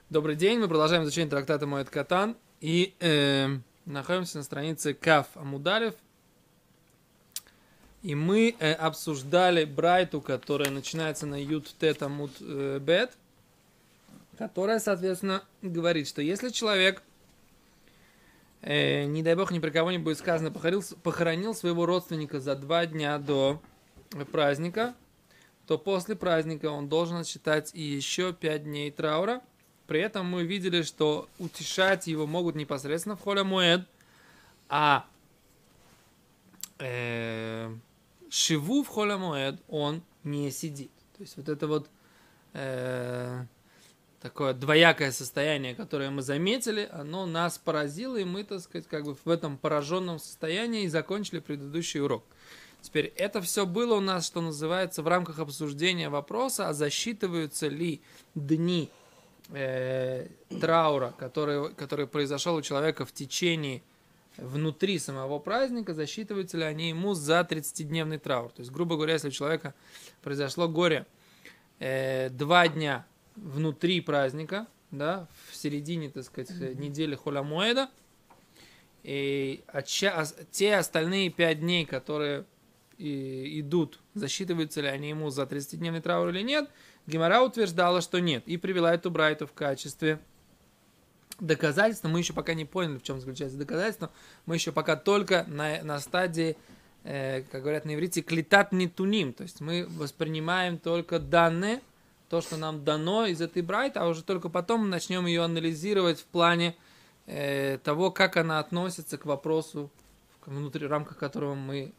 Добрый день, мы продолжаем изучение трактата Моэд Катан и находимся на странице Каф Амудалев. И мы обсуждали Брайту, которая начинается на Юд Тет Амуд Бет, которая, соответственно, говорит, что если человек, не дай бог, ни при кого не будет сказано, похоронил своего родственника за 2 дня до праздника, то после праздника он должен отсчитать и еще 5 дней траура. При этом мы видели, что утешать его могут непосредственно в Холь ха-Моэд, а шиву в Холь ха-Моэд он не сидит. То есть вот это вот такое двоякое состояние, которое мы заметили, оно нас поразило, и мы, так сказать, как бы в этом пораженном состоянии и закончили предыдущий урок. Теперь это все было у нас, что называется, в рамках обсуждения вопроса, а засчитываются ли дни траура, который произошел у человека в течение, внутри самого праздника, засчитываются ли они ему за 30-дневный траур. То есть, грубо говоря, если у человека произошло горе 2 дня внутри праздника, да, в середине, так сказать, недели Холь ха-Моэда, и те остальные 5 дней, которые идут, засчитываются ли они ему за 30-дневный траур или нет, Гемара утверждала, что нет, и привела эту брайту в качестве доказательства. Мы еще пока не поняли, в чем заключается доказательство. Мы еще пока только на стадии, как говорят на иврите, клитат нетуним. То есть мы воспринимаем только данные, то, что нам дано из этой брайты, а уже только потом начнем ее анализировать в плане того, как она относится к вопросу, в рамках которого мы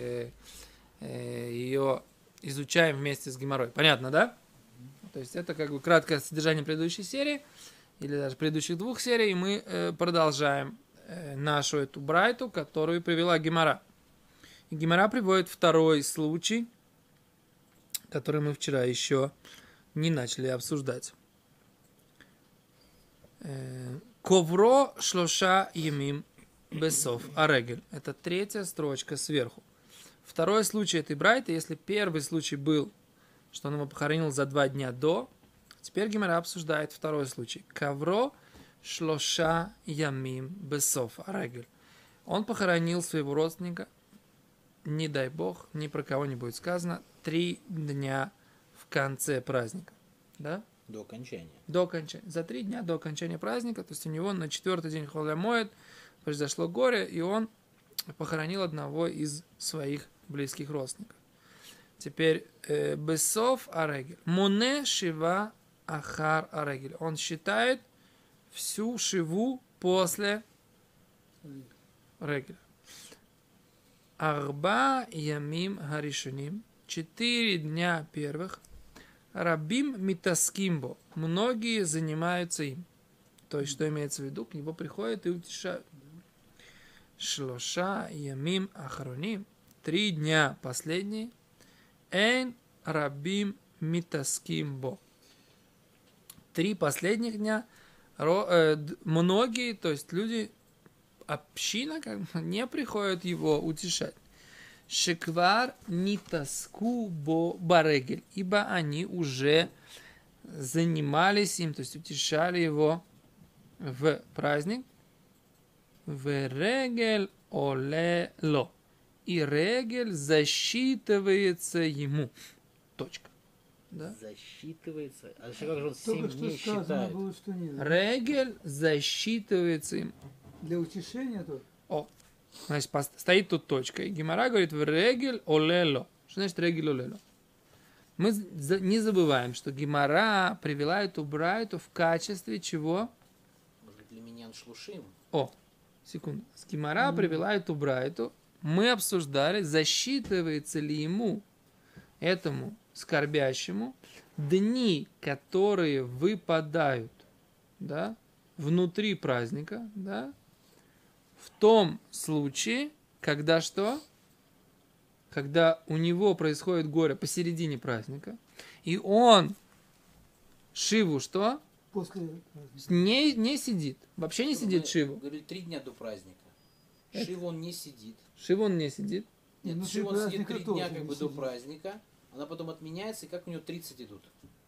ее изучаем вместе с Гемарой. Понятно, да? То есть это как бы краткое содержание предыдущей серии, или даже предыдущих 2 серий, и мы продолжаем нашу эту брайту, которую привела Гемара. И Гемара приводит второй случай, который мы вчера еще не начали обсуждать. Ковро шлоша ямим бесов арегель. Это 3-я строчка сверху. Второй случай этой брайты, если первый случай был, что он его похоронил за 2 дня до, теперь Гемара обсуждает второй случай. Ковро шлоша ямим бесов арегель. Он похоронил своего родственника, не дай бог, ни про кого не будет сказано, 3 дня в конце праздника. Да? До окончания. До окончания. За 3 дня до окончания праздника, то есть у него на 4-й день Холь ха-Моэд произошло горе, и он похоронил одного из своих близких родственников. Теперь бесов арегель. Моне шива ахар арегель. Он считает всю шиву после регеля. Арба ямим харишуним. 4 дня первых. Рабим митаскимбо. Многие занимаются им. То есть, что имеется в виду? К нему приходят и утешают. Шлоша ямим ахроним. 3 дня последние. Эйн рабим митаскимбо. 3 последних дня многие, то есть люди, община, как бы, не приходят его утешать. Шеквар нитаску бо барегель, ибо они уже занимались им, то есть утешали его в праздник. Верегель олело. И регель засчитывается ему. Точка. Да? Засчитывается. А как же он 7 дней считает? Было, что нет. Регель засчитывается ему. Для утешения тут. О, значит, стоит тут точка. И Гемара говорит, регель олело. Что значит регель олело? Мы не забываем, что Гемара привела эту брайту в качестве чего? Может быть, для меня шлушим? О, секунду. Гемара привела эту брайту. Мы обсуждали, засчитывается ли ему, этому скорбящему, дни, которые выпадают, да, внутри праздника, да, в том случае, когда что? Когда у него происходит горе посередине праздника, и он шиву что? После Не сидит. Вообще не сидит шиву. Говорили 3 дня до праздника. Шиву он не сидит. Шиву он не сидит. Нет, внутри Шиву он сидит праздника 3 дня тоже как не бы до сидит. праздника. Она потом отменяется, и как у него 30 идут.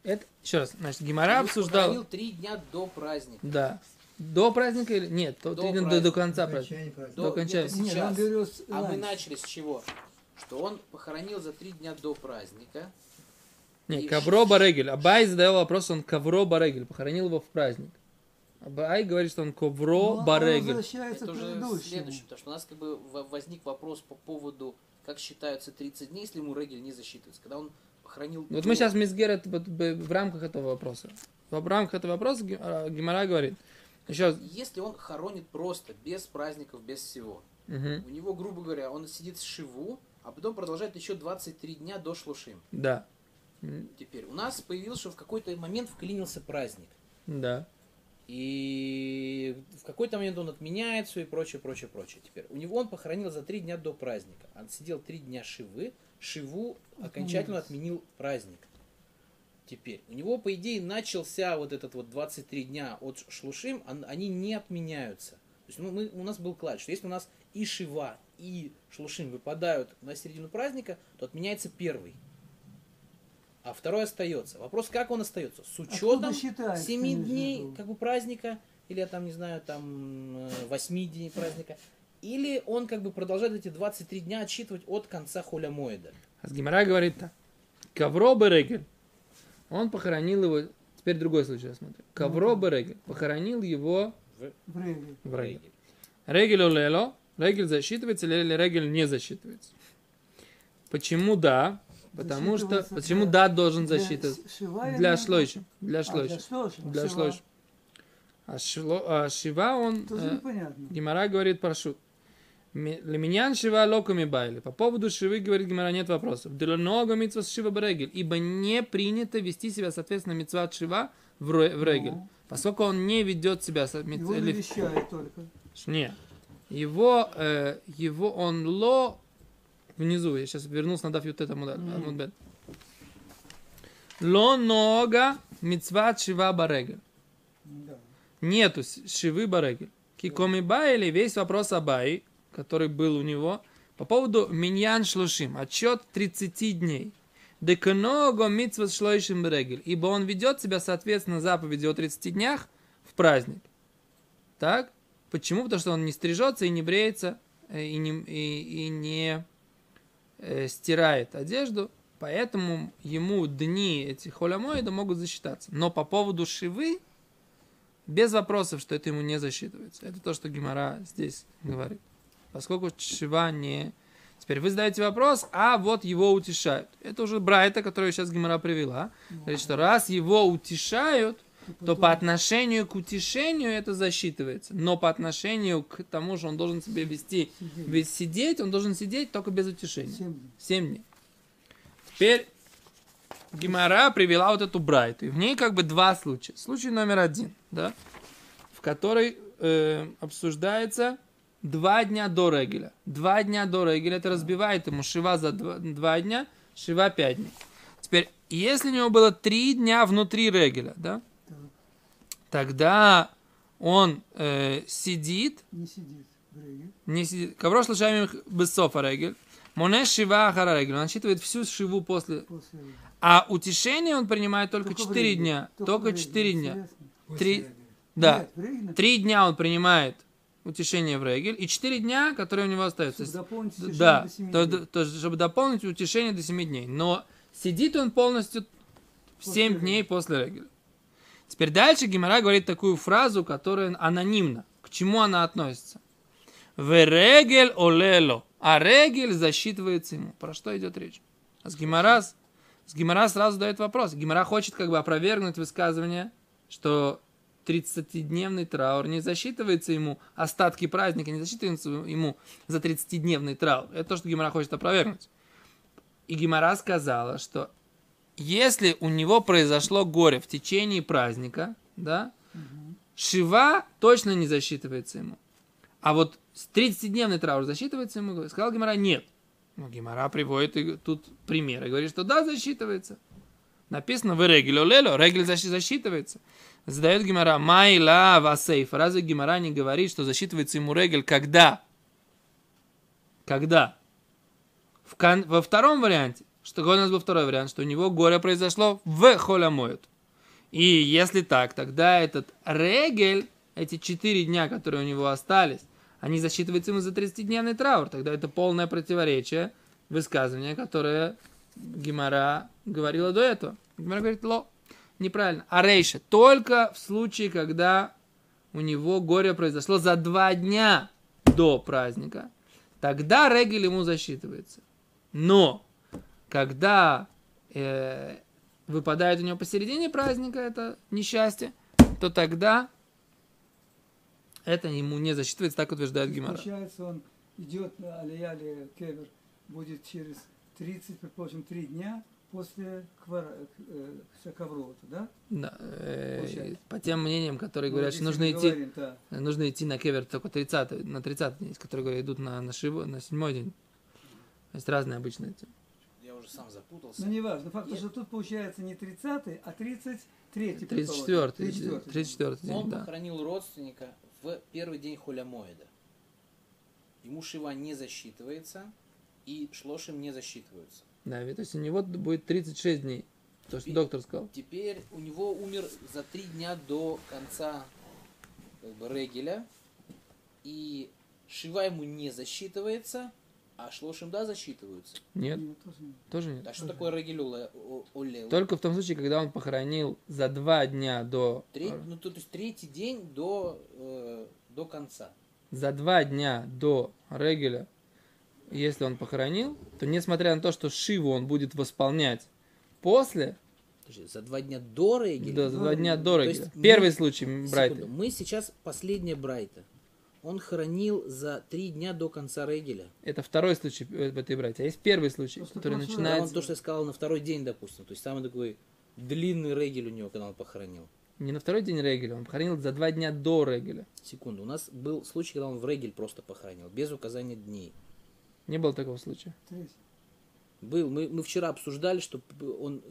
Это, еще раз, значит, Гемара обсуждала... Похоронил 3 дня до праздника. Да. До праздника или... Нет, До 3 дня праздника. до конца праздника. До окончания. где-то Нет, сейчас. он говорил А мы раньше. начали с чего? Что он похоронил за 3 дня до праздника. Не, И Кавро Барегель. Абай задавал вопрос, он Кавро Барегель. Похоронил его в праздник. Абай говорит, что он Ковро Но Барегель. Он возвращается Это к уже предыдущему. следующее, потому что у нас как бы возник вопрос по поводу, как считаются 30 дней, если ему регель не засчитывается. Когда он похоронил... Вот мы сейчас Мизгер в рамках этого вопроса. В рамках этого вопроса Гемара говорит. Еще раз. Если он хоронит просто, без праздников, без всего, Мгм. у него, грубо говоря, он сидит в шиву, а потом продолжает еще 23 дня до шлушим. Да. Теперь у нас появилось, что в какой-то момент вклинился праздник. Да. И в какой-то момент он отменяет все и прочее, прочее, прочее. Теперь у него он похоронил за 3 дня до праздника. Он сидел 3 дня шиву окончательно отменил праздник. Теперь у него, по идее, начался вот этот вот 23 дня от шлушим, они не отменяются. То есть у нас был клад, что если у нас и шива, и шлушим выпадают на середину праздника, то отменяется первый. А второй остается. Вопрос, как он остается? С учетом считается, 7 конечно, дней было? как бы праздника, или там, не знаю, там 8 дней праздника, или он как бы продолжает эти 23 дня отсчитывать от конца холя моэда. А с Гемара говорит так. Кавро Барегель. Он похоронил его... Теперь другой случай рассмотрим. Кавро Барегель. Похоронил его В Регель. в Регель. Регель улело. Регель засчитывается или Регель не засчитывается? Почему да? Потому что... Засчитывается Почему для- да должен для засчитываться? шива или Для нет? шлойши. Для А, шлойши. для шлойши. Для Шива. шлойши. А шива он... Тоже непонятно. Гемара говорит прошу. Леминьян шива локами байли. По поводу шивы, говорит Гемара, нет вопросов. Делонога митцва шива барегель. Ибо не принято вести себя, соответственно, митцва от шива в регель. Ну. Поскольку он не ведет себя... Его навещает только. Нет. Его он ло... Внизу, я сейчас вернулся на даф ютет амудбет. Ло нога митцва шива барегель. Да. Нету шивы барегель. Кикоми байли, весь вопрос о баи, который был у него, по поводу миньян шлушим, отчет 30 дней. Деканого митцва шлойшим барегель. Ибо он ведет себя, соответственно, заповеди о 30 днях в праздник. Так? Почему? Потому что он не стрижется и не бреется, и не стирает одежду, поэтому ему дни этих холямоида могут засчитаться. Но по поводу шивы, без вопросов, что это ему не засчитывается. Это то, что Гемара здесь говорит. Поскольку шива не... Теперь вы задаете вопрос, а вот его утешают. Это уже Брайта, которую сейчас Гемара привела. Говорит, что раз его утешают, то по отношению к утешению это засчитывается. Но по отношению к тому, что он должен себя вести, ведь сидеть, он должен сидеть только без утешения. 7 дней. 7 дней. Теперь Гемара привела вот эту Брайту. И в ней как бы два случая. Случай номер 1, да, в которой обсуждается 2 дня до регеля. 2 дня до регеля, это разбивает ему шива за 2 дня, шива 5 дней. Теперь, если у него было 3 дня внутри регеля, да, тогда он сидит, Не сидит в Регель. не сидит. Ковро шлашами бессофа регель. Моне шива ахара регель. Он отсчитывает всю шиву после. После Регеля. А утешение он принимает только в 4 Регеле. дня. в Только Регеле. 4 дня. Интересно. 3, да. Нет, в Регеле. 3 дня он принимает утешение в регель, и 4 дня, которые у него остаются. Чтобы дополнить утешение Да, до 7 то, дней. чтобы дополнить утешение до 7 дней. Но сидит он полностью в 7 дней после регеля. Теперь дальше Гемара говорит такую фразу, которая анонимна. К чему она относится? В регель олело. А регель засчитывается ему. Про что идет речь? А с Гемара сразу дает вопрос. Гемара хочет как бы опровергнуть высказывание, что 30-дневный траур не засчитывается ему, остатки праздника не засчитываются ему за 30-дневный траур. Это то, что Гемара хочет опровергнуть. И Гемара сказала, что если у него произошло горе в течение праздника, да, шива точно не засчитывается ему. А вот 30-дневный траур засчитывается ему? Сказал Гемара, нет. Но Гемара приводит тут примеры, говорит, что да, засчитывается. Написано в регель олело, регель засчитывается. Задает Гемара, майла васейф. Разве Гемара не говорит, что засчитывается ему регель когда? Когда? Во втором варианте, что у нас был второй вариант, что у него горе произошло в холямоид. И если так, тогда этот регель, эти 4 дня, которые у него остались, они засчитываются ему за 30-дневный траур. Тогда это полное противоречие высказывания, которое Гемара говорила до этого. Гемара говорит, неправильно. А рейша, только в случае, когда у него горе произошло за 2 дня до праздника, тогда регель ему засчитывается. Но, когда выпадает у него посередине праздника это несчастье, то тогда это ему не засчитывается, так утверждает Гемара. Получается, он идет на алия или кевер, будет через 30, предположим, 3 дня после коврова, да? Да, по тем мнениям, которые говорят, что здесь нужно мы идти, говорим, да. нужно идти на кевер только 30 на 30 день, которые говорят, идут на 7-й день. То есть разные обычные эти. Я уже сам запутался. Ну, не важно. Факт, что тут получается не 30-й, а 33-й. 34-й. 34-й день, Он да. похоронил родственника в первый день холямоида. Ему шива не засчитывается, и шлошим не засчитываются. Да, то есть у него будет 36 дней. То, что доктор сказал. Теперь у него умер за 3 дня до конца регеля, и шива ему не засчитывается, а шлошим да засчитываются. Нет, Нет, тоже нет. тоже нет. А что такое регель олел? Только в том случае, когда он похоронил за 2 дня до... Ну, то есть 3-й день до конца. За 2 дня до регеля, если он похоронил, то несмотря на то, что шиву он будет восполнять после... Подожди, за 2 дня до регеля? Да, за 2 дня до То регеля. есть Первый мы- случай Секунду, Брайта. мы сейчас последняя брайта. Он хоронил за 3 дня до конца регеля. Это второй случай в этой брате. А есть первый случай, Просто который прошлый Да, он начинается... то, что я сказал, на второй день, допустим. То есть самый такой длинный регель у него, когда он похоронил. Не на второй день регеля, он похоронил за 2 дня до регеля. Секунду, у нас был случай, когда он в регель просто похоронил, без указания дней. Не было такого случая. Третий. Был. Мы вчера обсуждали, что он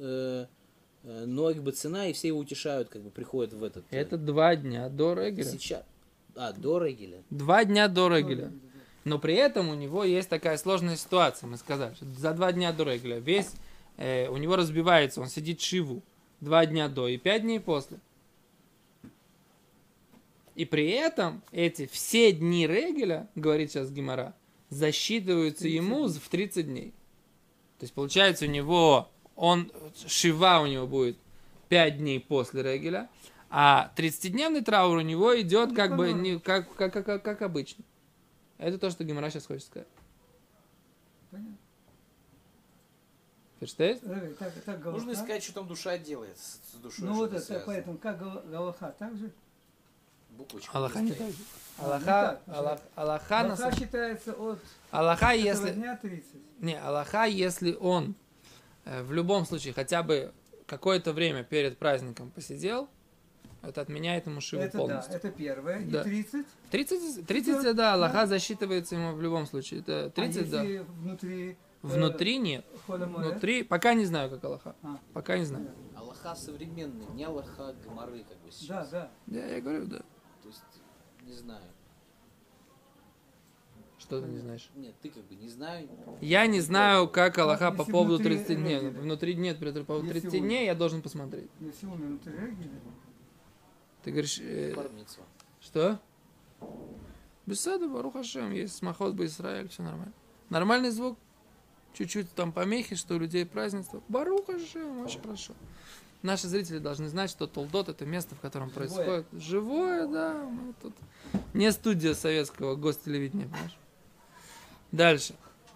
Ноак Бацина, и все его утешают, как бы приходят в этот... Это 2 дня до регеля. Сейчас. До регеля. 2 дня до регеля. Но при этом у него есть такая сложная ситуация, мы сказали, что за 2 дня до регеля весь у него разбивается, он сидит шиву 2 дня до и 5 дней после. И при этом эти все дни регеля, говорит сейчас Гемара, засчитываются ему в 30 дней. То есть получается у него, шива у него будет 5 дней после регеля, а 30-дневный траур у него идет как бы как обычно. Это то, что Гемара сейчас хочет сказать. Понятно. Verstehst? Так Нужно Галаха. искать, что там душа делает с душой. Ну что вот это, связано. поэтому как Галаха, так же? Буквочка Аллаха не стоит. так же. не Аллаха, так. Аллаха, Галаха считается от Аллаха, этого если... дня 30. Не, Аллаха, если он в любом случае хотя бы какое-то время перед праздником посидел, это отменяет ему шиву Это полностью. да, это первое. Да. И 30. 30, да, Аллаха засчитывается ему в любом случае. Это 30, да. А если внутри... Внутри нет. Холя Моэд? Внутри, пока не знаю, как Аллаха. А. Пока не знаю. Аллаха современный, не Аллаха Гмары, как бы Да, сейчас. да. Да, я говорю, да. То есть, не знаю. Что ты не знаешь? Нет, ты как бы не знаю. Я не знаю, как Аллаха Если по поводу внутри 30 дней. регеля. Внутри нет, по поводу Если 30 он- дней я должен посмотреть. Если умер внутри регеля. Ты говоришь, Пармитсва. что? Без сада, Барух Хашем, есть смахот бы Израиль, все нормально. Нормальный звук, чуть-чуть там помехи, что у людей празднество. Барух Хашем, очень хорошо. Наши зрители должны знать, что Толдот — это место, в котором Живое. происходит живое, да. Мы тут не студия советского гостелевидения, понимаешь? Дальше.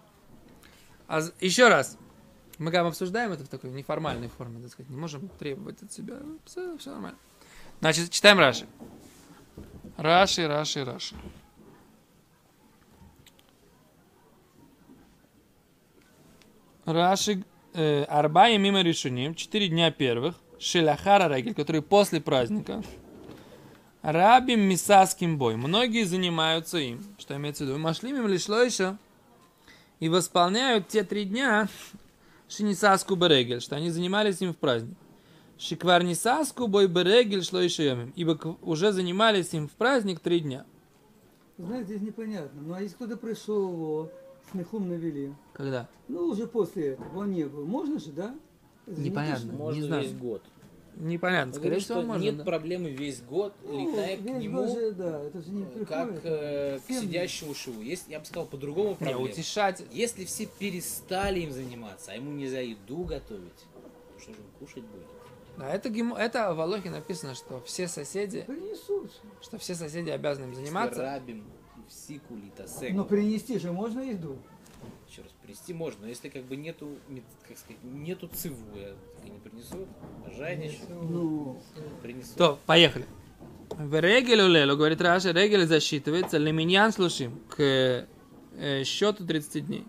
Еще раз. Мы как бы обсуждаем это в такой неформальной форме, так сказать. Не можем требовать от себя. Все нормально. Значит, читаем Раши. Раши. Раши Арбаи мимо решением, 4 дня первых, Шелахара Регель, которые после праздника, Рабим Мисаским бой. Многие занимаются им, что имеется в виду, Машлимим лишло еще, и восполняют те 3 дня Шинисаску Берегель, что они занимались им в праздник. Шикварнисаску бой Берегель шло еще йомим, ибо уже занимались им в праздник 3 дня. Знаете, здесь непонятно. Ну а если кто-то пришел его смехом навели. Когда? Ну, уже после этого он не был. Можно же, да? Это же Непонятно. не Можно Не знаю. весь год. Непонятно. Он Скорее говорит, всего, что можно. нет Да. проблемы весь год Ну, летает к весь нему год же, да, это же не приходит. как к Всем- сидящему шиву. Есть, я бы сказал, по-другому Не, проблема. утешать. Если все перестали им заниматься, а ему нельзя еду готовить, то что же он кушать будет? Да, это в Алохе написано, что все соседи, Принесут. обязаны им заниматься. Рабим, всику, литасек. Но принести же можно еду. Еще раз, принести можно, но если как бы нету, как сказать, нету циву, я так и не принесу, жадничаю, Ну, принесу. То, поехали. В регелю лелу, говорит Раша, регель засчитывается леминьян слушим к счету 30 дней.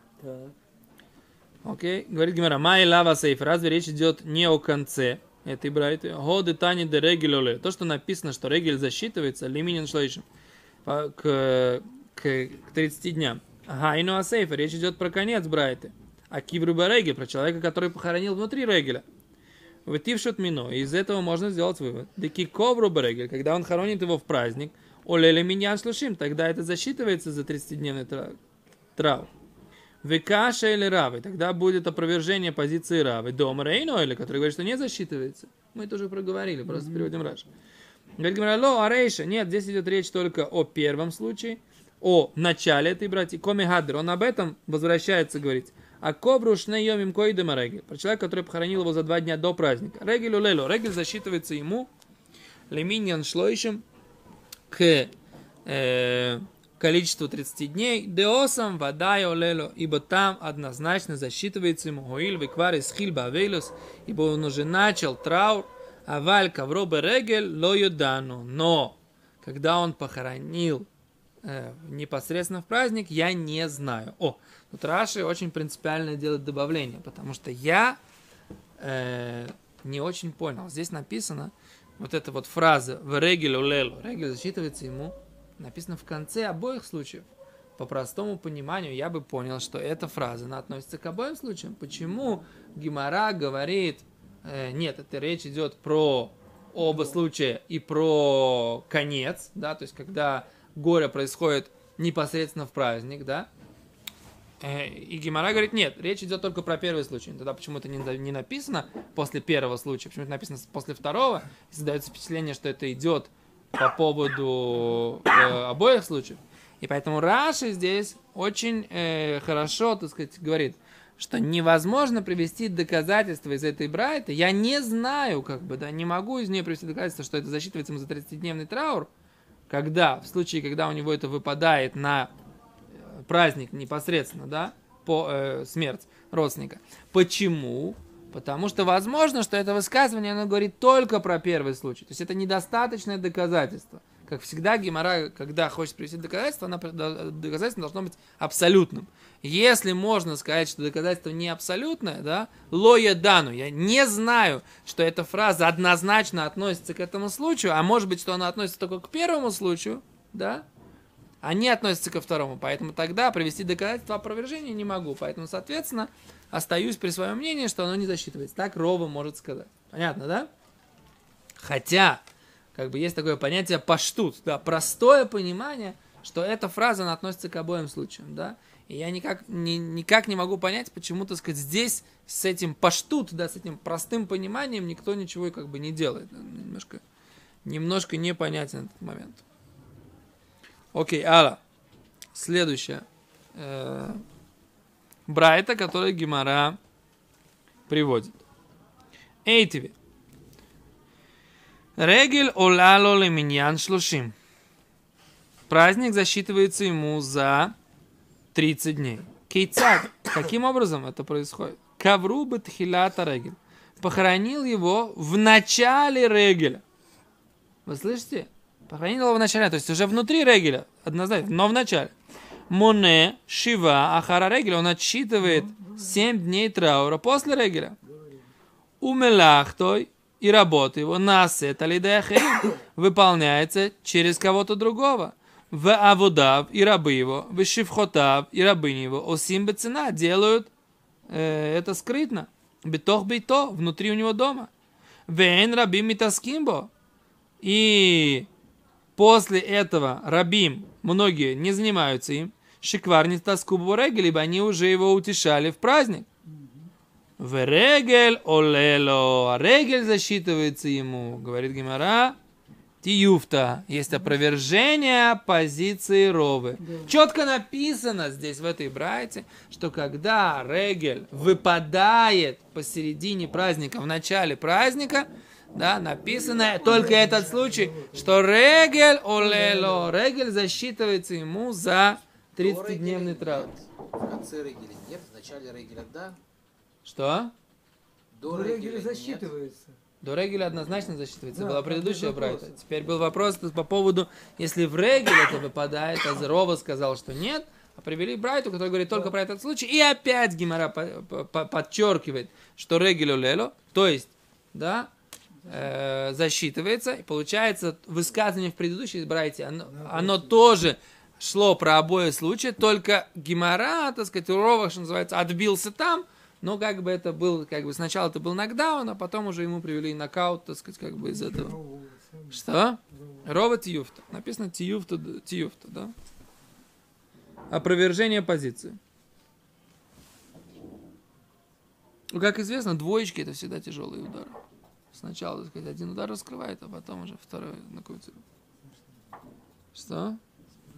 Окей. Говорит Гемара, май лава сейф. Разве речь идет не о конце этой брайты? Годы тани де регелю ле. То, что написано, что регель засчитывается леминьян шлейшим к 30 дням. Ага, и ну а сейфа. Речь идет про конец брайты. А кивру барегель, про человека, который похоронил внутри регеля. Вытившут мино. Из этого можно сделать вывод. Деки ковру барегель, когда он хоронит его в праздник, олеле миньян шлушим, тогда это засчитывается за 30-дневный траур. Векаша или равы, тогда будет опровержение позиции равы. Дом рейно, или который говорит, что не засчитывается. Мы это уже проговорили, просто переводим Раша. Говорит, ло арейша. Нет, здесь идет речь только о первом случае, о начале этой братьи. Коми хадр, он об этом возвращается говорить. А кобру шнейомим коидема регель. Про человека, который похоронил его за 2 дня до праздника. Регелю лело. Регель засчитывается ему леминьян шлойшим к количеству 30 дней. Деосам вадай олело. Ибо там однозначно засчитывается ему гоиль веквар из хильба авейлос. Ибо он уже начал траур. Аваль кавробе регель ло юдану. Но когда он похоронил непосредственно в праздник, я не знаю. Тут Раши очень принципиально делает добавление, потому что я не очень понял. Здесь написано, вот эта вот фраза «в регель улелу», регель засчитывается ему, написано в конце обоих случаев. По простому пониманию я бы понял, что эта фраза, она относится к обоим случаям. Почему Гемара говорит, нет, это речь идет про оба случая и про конец, да, то есть когда горе происходит непосредственно в праздник, да, и Гемара говорит, нет, речь идет только про первый случай. Тогда почему-то не написано после первого случая, почему-то написано после второго, и создается впечатление, что это идет по поводу обоих случаев. И поэтому Раши здесь очень хорошо, так сказать, говорит, что невозможно привести доказательства из этой брайты. Я не знаю, как бы, да, не могу из нее привести доказательства, что это засчитывается ему за 30-дневный траур, когда, в случае, когда у него это выпадает на праздник непосредственно, да, по смерть родственника. Почему? Потому что возможно, что это высказывание, оно говорит только про первый случай. То есть это недостаточное доказательство. Как всегда, Гемара, когда хочет привести доказательство, доказательство должно быть абсолютным. Если можно сказать, что доказательство не абсолютное, да, лоя дану, я не знаю, что эта фраза однозначно относится к этому случаю, а может быть, что она относится только к первому случаю, да, а не относится ко второму. Поэтому тогда привести доказательство опровержения не могу. Поэтому, соответственно, остаюсь при своем мнении, что оно не засчитывается. Так Рова может сказать. Понятно, да? Хотя, как бы есть такое понятие паштут, да, простое понимание, что эта фраза она относится к обоим случаям, да. И я никак не могу понять, почему, так сказать, здесь с этим паштут, да, с этим простым пониманием никто ничего как бы не делает. Немножко непонятен этот момент. Окей, Алла. Следующая. Брайта, которую Гемара приводит. Эйтиви. Регель олало леминьян шлушим. Праздник засчитывается ему за 30 дней. Кейцад. Каким образом это происходит? Кавру бетхилата регель. Похоронил его в начале регеля. Вы слышите? Похоронил его в начале, то есть уже внутри регеля, однозначно, но в начале. Моне, шива, ахара регеля, он отсчитывает 7 дней траура после регеля. Умелахтой и работа его насет алидеахерим выполняется через кого-то другого. В авудав и рабы его, в шивхотав и рабыни его, осим бецена делают это скрытно. Бетох бейто, внутри у него дома. Вен рабим митаскимбо. И после этого рабим, многие не занимаются им. Шикварниц таскубу регель, ибо они уже его утешали в праздник. В регель олело, а регель засчитывается ему, говорит Гемара, тиюфта. Есть опровержение позиции Ровы. Четко написано здесь в этой брайте, что когда регель выпадает посередине праздника, в начале праздника, да, написано только этот случай, что регель олело, регель засчитывается ему за 30-дневный траур. В конце регеля нет, в начале регеля да. Что? До Регель регеля засчитывается. До регеля однозначно засчитывается. Да, Была там предыдущая без вопроса. брайта. Теперь был вопрос по поводу, если в регель это выпадает, а Рова сказал, что нет, а привели брайту, который говорит только про этот случай, и опять Гемара подчеркивает, что регель олело, то есть, да, засчитывается, и получается высказывание в предыдущей брайте, оно тоже шло про обои случаи, только Гемара, так сказать, Рова, что называется, отбился там, но как бы это был, как бы сначала это был нокдаун, а потом уже ему привели нокаут, так сказать, как бы из этого. Что? Рова тиюфта. Написано тиюфта, да? Опровержение позиции. Ну, как известно, двоечки это всегда тяжелые удары. Сначала, так сказать, один удар раскрывает, а потом уже второй накрутит. Что?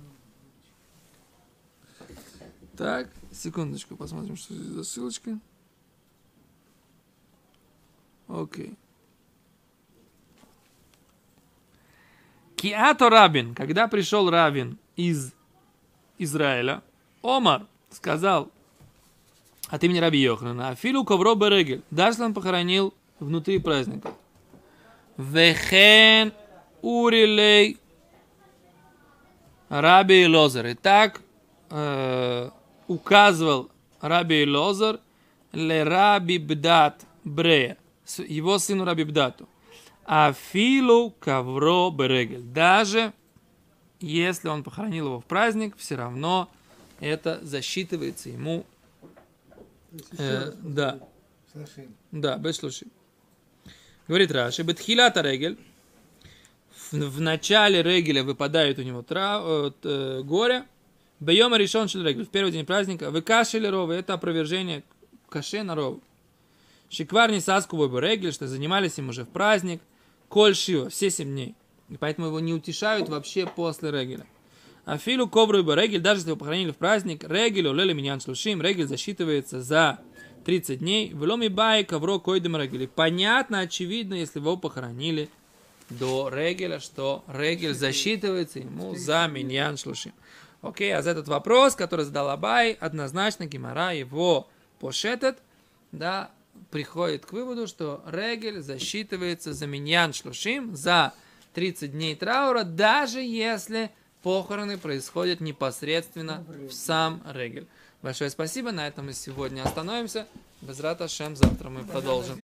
Так, секундочку, посмотрим, что здесь за ссылочка. Окей. Киато Рабин, когда пришел Рабин из Израиля, Омар сказал от имени Раби Йоханана, Афилу ковро берегель, даже если он похоронил внутри праздника. Вехен урилей Раби Элозер. И так указывал Раби Элозер ле Раби Бдат Брея, его сыну Раби Бдату. Афилу ковро берегель. Даже если он похоронил его в праздник, все равно это засчитывается ему. Да. Да, без шлушим. Говорит Раши, бетхилата регель. В начале регеля выпадает у него горе. Бейома решен шель регель. В первый день праздника. Выкашели ровы. Это опровержение каше на рову. Шикварни саскубой бы регель, что занимались им уже в праздник. Коль шива, все 7 дней. И поэтому его не утешают вообще после регеля. Афилу ковру бы регель, даже если его похоронили в праздник, регель улели миньян шлушим, регель засчитывается за 30 дней. Вломи бай ковро койдем регель. Понятно, очевидно, если его похоронили до регеля, что регель засчитывается ему за миньян шлушим. Окей, а за этот вопрос, который задал Абай, однозначно Гемара его пошетет, да, приходит к выводу, что регель засчитывается за миньян шлушим, за 30 дней траура, даже если похороны происходят непосредственно в сам регель. Большое спасибо, на этом мы сегодня остановимся. Безрат Ашем, завтра мы продолжим.